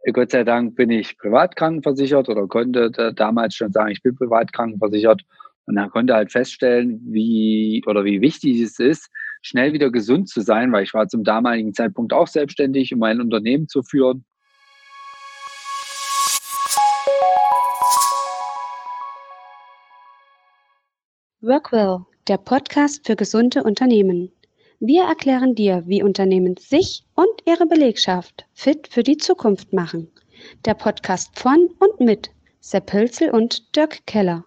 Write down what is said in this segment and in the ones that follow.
Gott sei Dank bin ich privat krankenversichert oder konnte damals schon sagen, ich bin privat krankenversichert und dann konnte halt feststellen, wie wichtig es ist, schnell wieder gesund zu sein, weil ich war zum damaligen Zeitpunkt auch selbstständig, um ein Unternehmen zu führen. Workwell, der Podcast für gesunde Unternehmen. Wir erklären dir, wie Unternehmen sich und ihre Belegschaft fit für die Zukunft machen. Der Podcast von und mit Sepp Hölzel und Dirk Keller.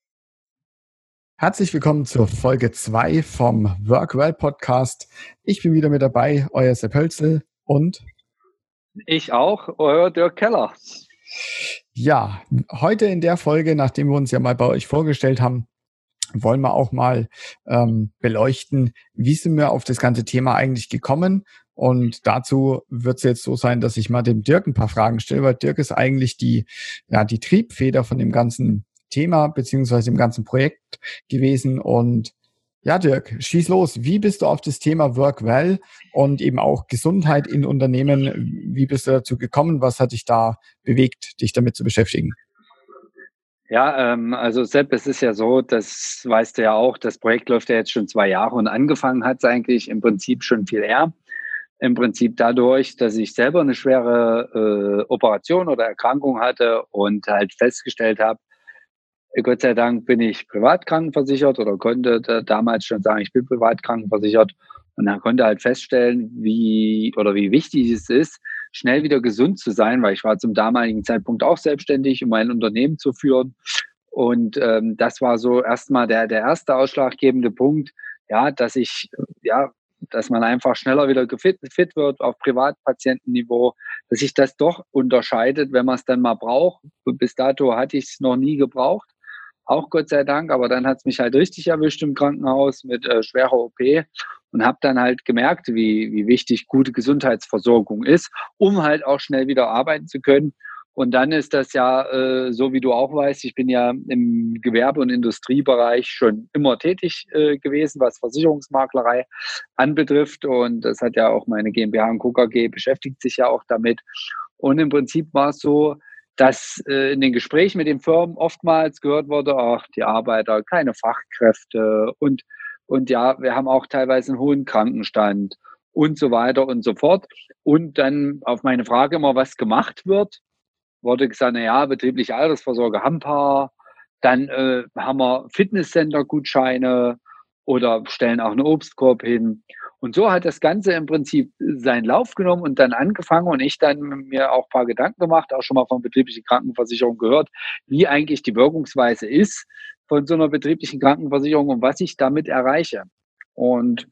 Herzlich willkommen zur Folge 2 vom Workwell Podcast. Ich bin wieder mit dabei, euer Sepp Hölzel und ich auch, euer Dirk Keller. Ja, heute in der Folge, nachdem wir uns ja mal bei euch vorgestellt haben, wollen wir auch mal beleuchten, wie sind wir auf das ganze Thema eigentlich gekommen. Und dazu wird es jetzt so sein, dass ich mal dem Dirk ein paar Fragen stelle, weil Dirk ist eigentlich die Triebfeder von dem ganzen Thema beziehungsweise dem ganzen Projekt gewesen. Und ja, Dirk, schieß los. Wie bist du auf das Thema Workwell und eben auch Gesundheit in Unternehmen, wie bist du dazu gekommen? Was hat dich da bewegt, dich damit zu beschäftigen? Ja, also Sepp, es ist ja so, das weißt du ja auch, das Projekt läuft ja jetzt schon 2 Jahre und angefangen hat es eigentlich im Prinzip schon viel eher. Im Prinzip dadurch, dass ich selber eine schwere Operation oder Erkrankung hatte und halt festgestellt habe, Gott sei Dank bin ich privat krankenversichert oder konnte damals schon sagen, ich bin privat krankenversichert und dann konnte halt feststellen, wie wichtig es ist, schnell wieder gesund zu sein, weil ich war zum damaligen Zeitpunkt auch selbstständig, um ein Unternehmen zu führen. Und das war so erstmal der erste ausschlaggebende Punkt, ja, dass man einfach schneller wieder fit wird auf Privatpatientenniveau, dass sich das doch unterscheidet, wenn man es dann mal braucht. Bis dato hatte ich es noch nie gebraucht, auch Gott sei Dank, aber dann hat es mich halt richtig erwischt im Krankenhaus mit schwerer OP und habe dann halt gemerkt, wie wichtig gute Gesundheitsversorgung ist, um halt auch schnell wieder arbeiten zu können. Und dann ist das ja, so wie du auch weißt, ich bin ja im Gewerbe- und Industriebereich schon immer tätig gewesen, was Versicherungsmaklerei anbetrifft. Und das hat ja auch meine GmbH und Co. KG beschäftigt sich ja auch damit. Und im Prinzip war es so, dass in den Gesprächen mit den Firmen oftmals gehört wurde, ach, die Arbeiter, keine Fachkräfte und ja, wir haben auch teilweise einen hohen Krankenstand und so weiter und so fort. Und dann auf meine Frage immer, was gemacht wird, wurde gesagt, na ja, betriebliche Altersvorsorge haben ein paar, dann haben wir Fitnesscenter-Gutscheine oder stellen auch einen Obstkorb hin. Und so hat das Ganze im Prinzip seinen Lauf genommen und dann angefangen und ich dann mir auch ein paar Gedanken gemacht, auch schon mal von betrieblicher Krankenversicherung gehört, wie eigentlich die Wirkungsweise ist von so einer betrieblichen Krankenversicherung und was ich damit erreiche. Und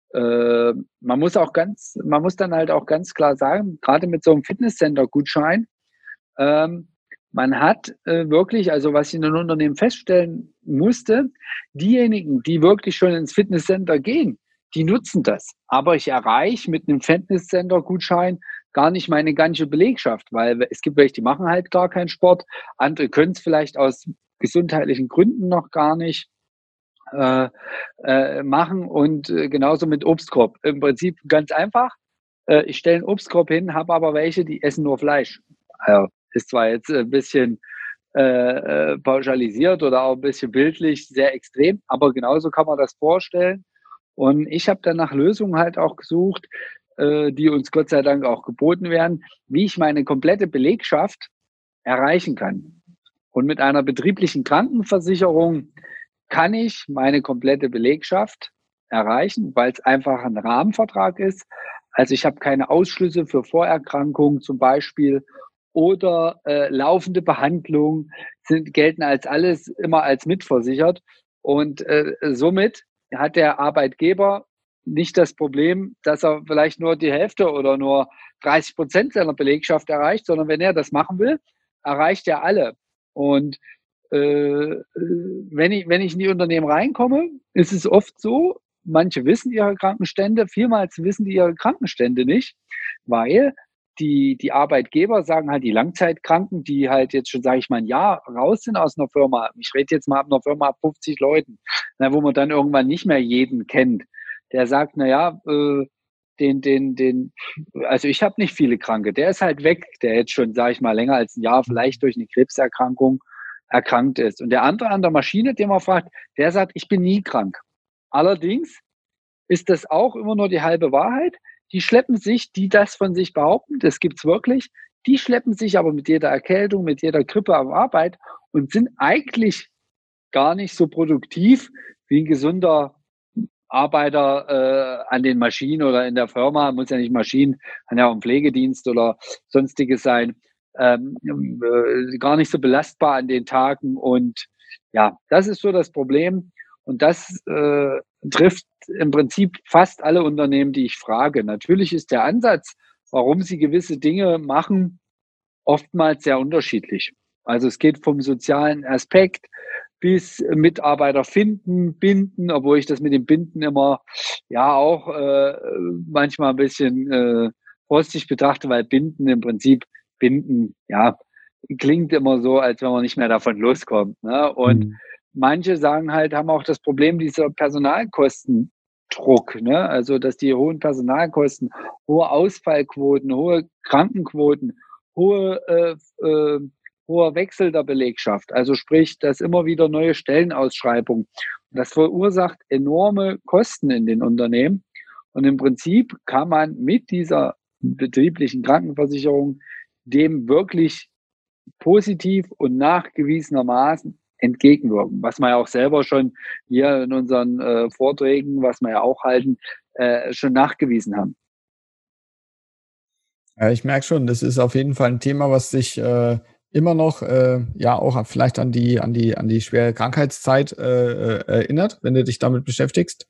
man muss dann halt auch ganz klar sagen, gerade mit so einem Fitnesscenter-Gutschein, man hat wirklich, also was ich in einem Unternehmen feststellen musste, diejenigen, die wirklich schon ins Fitnesscenter gehen, die nutzen das. Aber ich erreiche mit einem Fitnesscenter-Gutschein gar nicht meine ganze Belegschaft, weil es gibt welche, die machen halt gar keinen Sport. Andere können es vielleicht aus gesundheitlichen Gründen noch gar nicht machen. Und genauso mit Obstkorb. Im Prinzip ganz einfach. Ich stelle einen Obstkorb hin, habe aber welche, die essen nur Fleisch. Also, ist zwar jetzt ein bisschen pauschalisiert oder auch ein bisschen bildlich sehr extrem, aber genauso kann man das vorstellen. Und ich habe dann nach Lösungen halt auch gesucht, die uns Gott sei Dank auch geboten werden, wie ich meine komplette Belegschaft erreichen kann. Und mit einer betrieblichen Krankenversicherung kann ich meine komplette Belegschaft erreichen, weil es einfach ein Rahmenvertrag ist. Also ich habe keine Ausschlüsse für Vorerkrankungen zum Beispiel oder laufende Behandlungen gelten als alles immer als mitversichert. Und somit hat der Arbeitgeber nicht das Problem, dass er vielleicht nur die Hälfte oder nur 30% seiner Belegschaft erreicht, sondern wenn er das machen will, erreicht er alle. Und wenn ich in die Unternehmen reinkomme, ist es oft so, manche wissen ihre Krankenstände, vielmals wissen die ihre Krankenstände nicht, weil die Arbeitgeber sagen halt, die Langzeitkranken, die halt jetzt schon, sage ich mal, ein Jahr raus sind aus einer Firma, ich rede jetzt mal ab einer Firma ab 50 Leuten, wo man dann irgendwann nicht mehr jeden kennt, der sagt, na ja, also ich habe nicht viele Kranke. Der ist halt weg, der jetzt schon, sage ich mal, länger als ein Jahr vielleicht durch eine Krebserkrankung erkrankt ist. Und der andere an der Maschine, den man fragt, der sagt, ich bin nie krank. Allerdings ist das auch immer nur die halbe Wahrheit. Die schleppen sich, die das von sich behaupten, das gibt's wirklich, die schleppen sich aber mit jeder Erkältung, mit jeder Grippe auf Arbeit und sind eigentlich gar nicht so produktiv wie ein gesunder Arbeiter an den Maschinen oder in der Firma, muss ja nicht Maschinen, kann ja auch ein Pflegedienst oder sonstiges sein, gar nicht so belastbar an den Tagen. Und ja, das ist so das Problem. Und das trifft im Prinzip fast alle Unternehmen, die ich frage. Natürlich ist der Ansatz, warum sie gewisse Dinge machen, oftmals sehr unterschiedlich. Also es geht vom sozialen Aspekt bis Mitarbeiter finden, binden, obwohl ich das mit dem Binden immer ja auch manchmal ein bisschen vorsichtig betrachte, weil Binden im Prinzip binden, ja, klingt immer so, als wenn man nicht mehr davon loskommt. Ne? Und manche sagen halt, haben auch das Problem dieser Personalkostendruck, ne? Also dass die hohen Personalkosten, hohe Ausfallquoten, hohe Krankenquoten, hoher Wechsel der Belegschaft. Also sprich, dass immer wieder neue Stellenausschreibungen. Das verursacht enorme Kosten in den Unternehmen. Und im Prinzip kann man mit dieser betrieblichen Krankenversicherung dem wirklich positiv und nachgewiesenermaßen entgegenwirken, was wir ja auch selber schon hier in unseren Vorträgen, was wir ja auch halten, schon nachgewiesen haben. Ja, ich merke schon, das ist auf jeden Fall ein Thema, was sich immer noch ja auch vielleicht an die schwere Krankheitszeit erinnert, wenn du dich damit beschäftigst.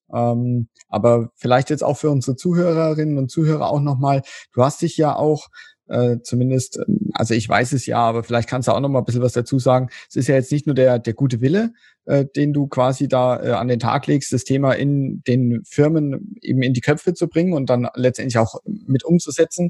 Aber vielleicht jetzt auch für unsere Zuhörerinnen und Zuhörer auch nochmal, du hast dich ja auch zumindest, also ich weiß es ja, aber vielleicht kannst du auch noch mal ein bisschen was dazu sagen. Es ist ja jetzt nicht nur der gute Wille, den du quasi da an den Tag legst, das Thema in den Firmen eben in die Köpfe zu bringen und dann letztendlich auch mit umzusetzen.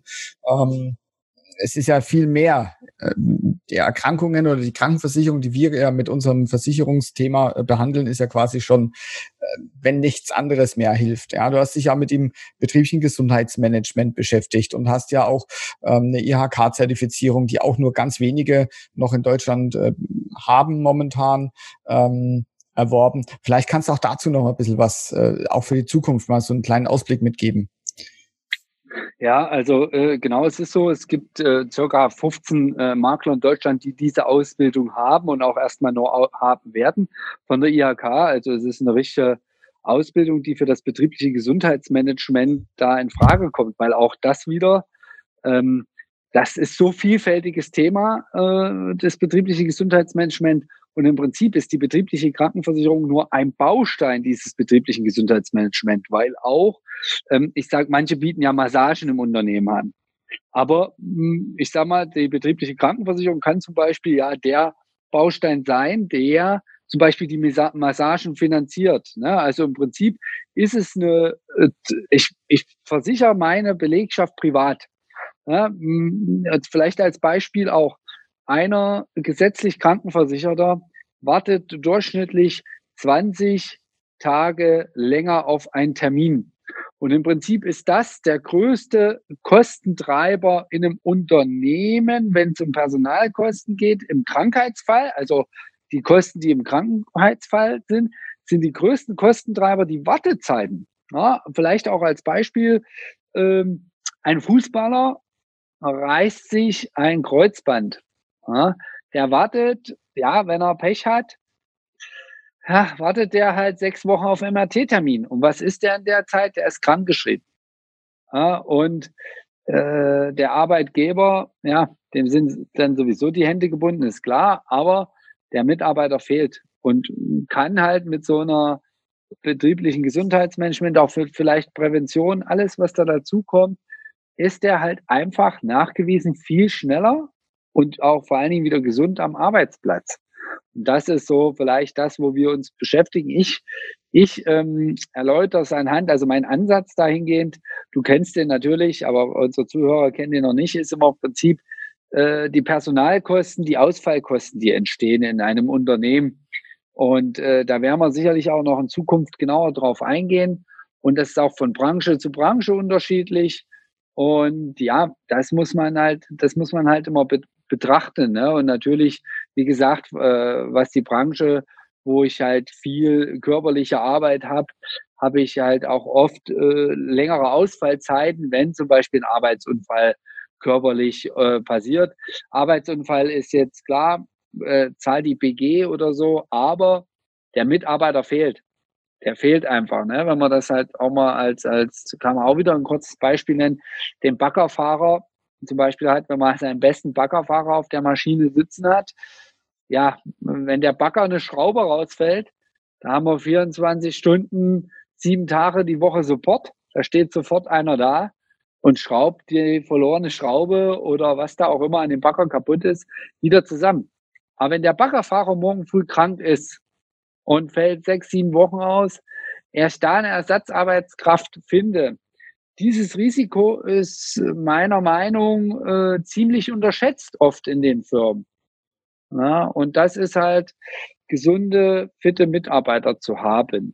Es ist ja viel mehr. Die Erkrankungen oder die Krankenversicherung, die wir ja mit unserem Versicherungsthema behandeln, ist ja quasi schon, wenn nichts anderes mehr hilft. Ja, du hast dich ja mit dem betrieblichen Gesundheitsmanagement beschäftigt und hast ja auch eine IHK-Zertifizierung, die auch nur ganz wenige noch in Deutschland haben momentan. Erworben. Vielleicht kannst du auch dazu noch ein bisschen was, auch für die Zukunft mal so einen kleinen Ausblick mitgeben. Ja, also genau, es ist so, es gibt circa 15 Makler in Deutschland, die diese Ausbildung haben und auch erstmal nur haben werden von der IHK. Also es ist eine richtige Ausbildung, die für das betriebliche Gesundheitsmanagement da in Frage kommt, weil auch das wieder, das ist so vielfältiges Thema, das betriebliche Gesundheitsmanagement. Und im Prinzip ist die betriebliche Krankenversicherung nur ein Baustein dieses betrieblichen Gesundheitsmanagement, weil auch, ich sage, manche bieten ja Massagen im Unternehmen an. Aber ich sage mal, die betriebliche Krankenversicherung kann zum Beispiel ja der Baustein sein, der zum Beispiel die Massagen finanziert. Ne? Also im Prinzip ist es ich versichere meine Belegschaft privat. Ja, vielleicht als Beispiel auch, einer gesetzlich Krankenversicherter wartet durchschnittlich 20 Tage länger auf einen Termin. Und im Prinzip ist das der größte Kostentreiber in einem Unternehmen, wenn es um Personalkosten geht, im Krankheitsfall. Also die Kosten, die im Krankheitsfall sind die größten Kostentreiber die Wartezeiten. Ja, vielleicht auch als Beispiel, ein Fußballer reißt sich ein Kreuzband. Ja, der wartet, ja, wenn er Pech hat, ja, wartet der halt 6 Wochen auf MRT-Termin. Und was ist der in der Zeit? Der ist krankgeschrieben. Ja, und der Arbeitgeber, ja, dem sind dann sowieso die Hände gebunden, ist klar, aber der Mitarbeiter fehlt und kann halt mit so einer betrieblichen Gesundheitsmanagement, auch für vielleicht Prävention, alles, was da dazu kommt, ist der halt einfach nachgewiesen viel schneller und auch vor allen Dingen wieder gesund am Arbeitsplatz. Und das ist so vielleicht das, wo wir uns beschäftigen. Ich erläutere es anhand, also mein Ansatz dahingehend, du kennst den natürlich, aber unsere Zuhörer kennen den noch nicht, ist immer im Prinzip die Personalkosten, die Ausfallkosten, die entstehen in einem Unternehmen. Und da werden wir sicherlich auch noch in Zukunft genauer drauf eingehen. Und das ist auch von Branche zu Branche unterschiedlich. Und ja, das muss man halt immer betrachten. Ne? Und natürlich, wie gesagt, was die Branche, wo ich halt viel körperliche Arbeit habe ich halt auch oft längere Ausfallzeiten, wenn zum Beispiel ein Arbeitsunfall körperlich passiert. Arbeitsunfall ist jetzt klar, zahlt die BG oder so, aber der Mitarbeiter fehlt. Der fehlt einfach, ne? Wenn man das halt auch mal kann man auch wieder ein kurzes Beispiel nennen, den Baggerfahrer zum Beispiel hat, wenn man seinen besten Baggerfahrer auf der Maschine sitzen hat, ja, wenn der Bagger eine Schraube rausfällt, da haben wir 24 Stunden, 7 Tage die Woche Support. Da steht sofort einer da und schraubt die verlorene Schraube oder was da auch immer an dem Bagger kaputt ist, wieder zusammen. Aber wenn der Baggerfahrer morgen früh krank ist und fällt 6, 7 Wochen aus, erst da eine Ersatzarbeitskraft finde. Dieses Risiko ist meiner Meinung ziemlich unterschätzt oft in den Firmen. Ja, und das ist halt gesunde, fitte Mitarbeiter zu haben.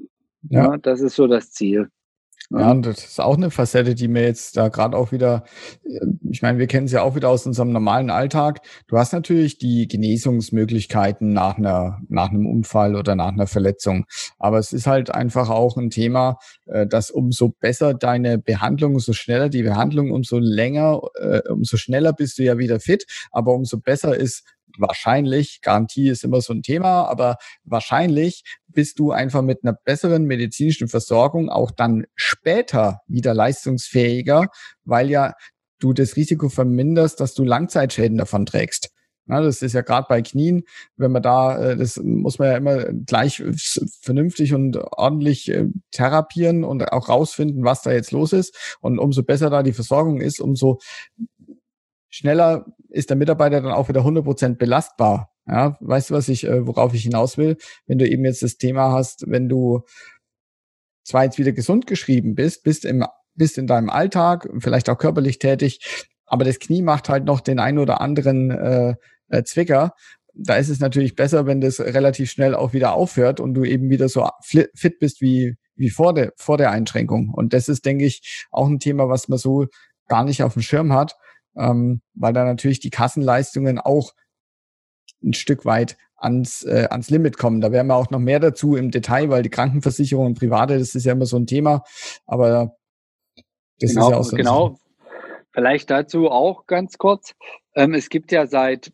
Ja, das ist so das Ziel. Ja, und das ist auch eine Facette, die mir jetzt da gerade auch wieder, ich meine, wir kennen es ja auch wieder aus unserem normalen Alltag. Du hast natürlich die Genesungsmöglichkeiten nach einem Unfall oder nach einer Verletzung. Aber es ist halt einfach auch ein Thema, dass umso besser deine Behandlung, umso schneller die Behandlung, umso schneller bist du ja wieder fit. Aber umso besser ist wahrscheinlich, Garantie ist immer so ein Thema, aber wahrscheinlich bist du einfach mit einer besseren medizinischen Versorgung auch dann später wieder leistungsfähiger, weil ja du das Risiko verminderst, dass du Langzeitschäden davon trägst. Ja, das ist ja gerade bei Knien, wenn man da, das muss man ja immer gleich vernünftig und ordentlich therapieren und auch rausfinden, was da jetzt los ist. Und umso besser da die Versorgung ist, umso schneller ist der Mitarbeiter dann auch wieder 100% belastbar. Ja, weißt du, worauf ich hinaus will? Wenn du eben jetzt das Thema hast, wenn du zwar jetzt wieder gesund geschrieben bist in deinem Alltag, vielleicht auch körperlich tätig, aber das Knie macht halt noch den einen oder anderen Zwicker. Da ist es natürlich besser, wenn das relativ schnell auch wieder aufhört und du eben wieder so fit bist wie vor der Einschränkung. Und das ist, denke ich, auch ein Thema, was man so gar nicht auf dem Schirm hat, weil da natürlich die Kassenleistungen auch ein Stück weit ans Limit kommen. Da werden wir auch noch mehr dazu im Detail, weil die Krankenversicherung und Private, das ist ja immer so ein Thema, aber das ist ja auch so ein Genau. Vielleicht dazu auch ganz kurz. Es gibt ja seit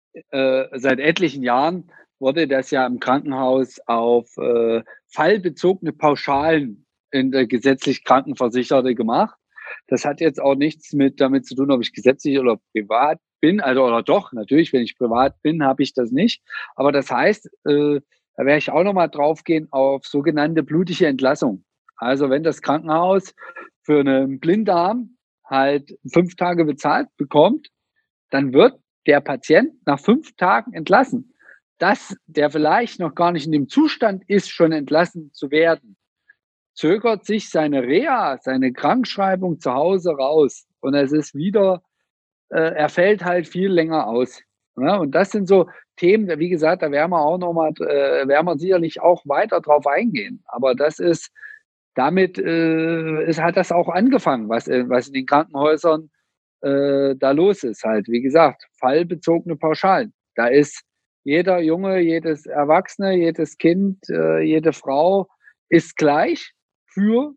etlichen Jahren wurde das ja im Krankenhaus auf fallbezogene Pauschalen in der gesetzlich Krankenversicherte gemacht. Das hat jetzt auch nichts damit zu tun, ob ich gesetzlich oder privat bin. Also, oder doch, natürlich, wenn ich privat bin, habe ich das nicht. Aber das heißt, da werde ich auch nochmal draufgehen auf sogenannte blutige Entlassung. Also wenn das Krankenhaus für einen Blinddarm halt 5 Tage bezahlt bekommt, dann wird der Patient nach 5 Tagen entlassen. Dass der vielleicht noch gar nicht in dem Zustand ist, schon entlassen zu werden, zögert sich seine Reha, seine Krankschreibung zu Hause raus. Und es ist wieder, er fällt halt viel länger aus. Ja, und das sind so Themen, wie gesagt, da werden wir auch nochmal, werden wir sicherlich auch weiter drauf eingehen. Aber das ist, damit hat das auch angefangen, was in den Krankenhäusern da los ist halt. Wie gesagt, fallbezogene Pauschalen. Da ist jeder Junge, jedes Erwachsene, jedes Kind, jede Frau ist gleich für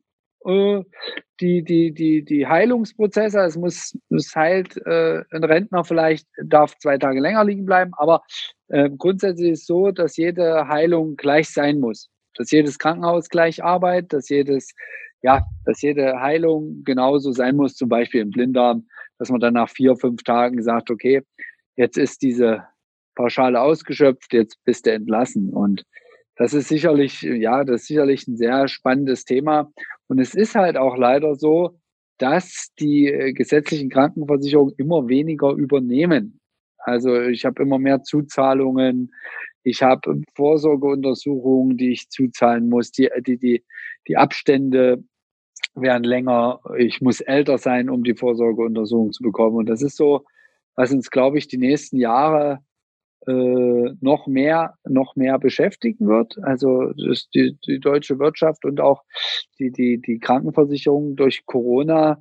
die Heilungsprozesse. Es heilt ein Rentner vielleicht, darf 2 Tage länger liegen bleiben, aber grundsätzlich ist es so, dass jede Heilung gleich sein muss. Dass jedes Krankenhaus gleich arbeitet, dass jede Heilung genauso sein muss, zum Beispiel im Blinddarm, dass man dann nach 4, 5 Tagen sagt, okay, jetzt ist diese Pauschale ausgeschöpft, jetzt bist du entlassen. Und das ist sicherlich ein sehr spannendes Thema. Und es ist halt auch leider so, dass die gesetzlichen Krankenversicherungen immer weniger übernehmen. Also ich habe immer mehr Zuzahlungen, ich habe Vorsorgeuntersuchungen, die ich zuzahlen muss, die Abstände werden länger, ich muss älter sein, um die Vorsorgeuntersuchung zu bekommen. Und das ist so, was uns, glaube ich, die nächsten Jahre noch mehr beschäftigen wird. Also die deutsche Wirtschaft und auch die Krankenversicherung durch Corona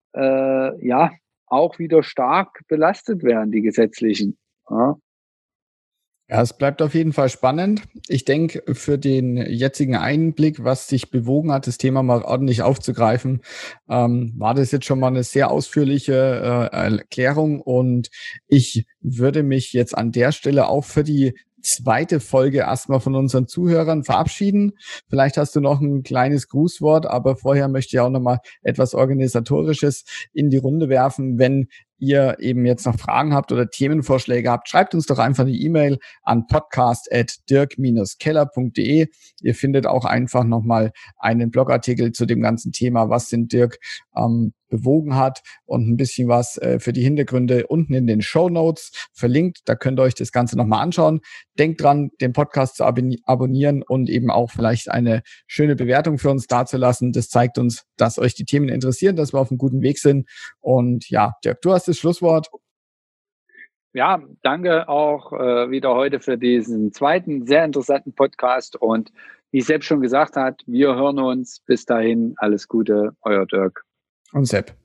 auch wieder stark belastet werden, die gesetzlichen. Ja. Ja, es bleibt auf jeden Fall spannend. Ich denke, für den jetzigen Einblick, was dich bewogen hat, das Thema mal ordentlich aufzugreifen, war das jetzt schon mal eine sehr ausführliche Erklärung. Und ich würde mich jetzt an der Stelle auch für die zweite Folge erstmal von unseren Zuhörern verabschieden. Vielleicht hast du noch ein kleines Grußwort, aber vorher möchte ich auch noch mal etwas Organisatorisches in die Runde werfen. Wenn ihr eben jetzt noch Fragen habt oder Themenvorschläge habt, schreibt uns doch einfach eine E-Mail an podcast@dirk-keller.de. Ihr findet auch einfach nochmal einen Blogartikel zu dem ganzen Thema, was den Dirk bewogen hat, und ein bisschen was für die Hintergründe unten in den Shownotes verlinkt. Da könnt ihr euch das Ganze nochmal anschauen. Denkt dran, den Podcast zu abonnieren und eben auch vielleicht eine schöne Bewertung für uns dazulassen. Das zeigt uns, dass euch die Themen interessieren, dass wir auf einem guten Weg sind. Und ja, Dirk, du hast das Schlusswort. Ja, danke auch wieder heute für diesen zweiten sehr interessanten Podcast. Und wie ich selbst schon gesagt hat, wir hören uns. Bis dahin, alles Gute, euer Dirk. Und Sepp.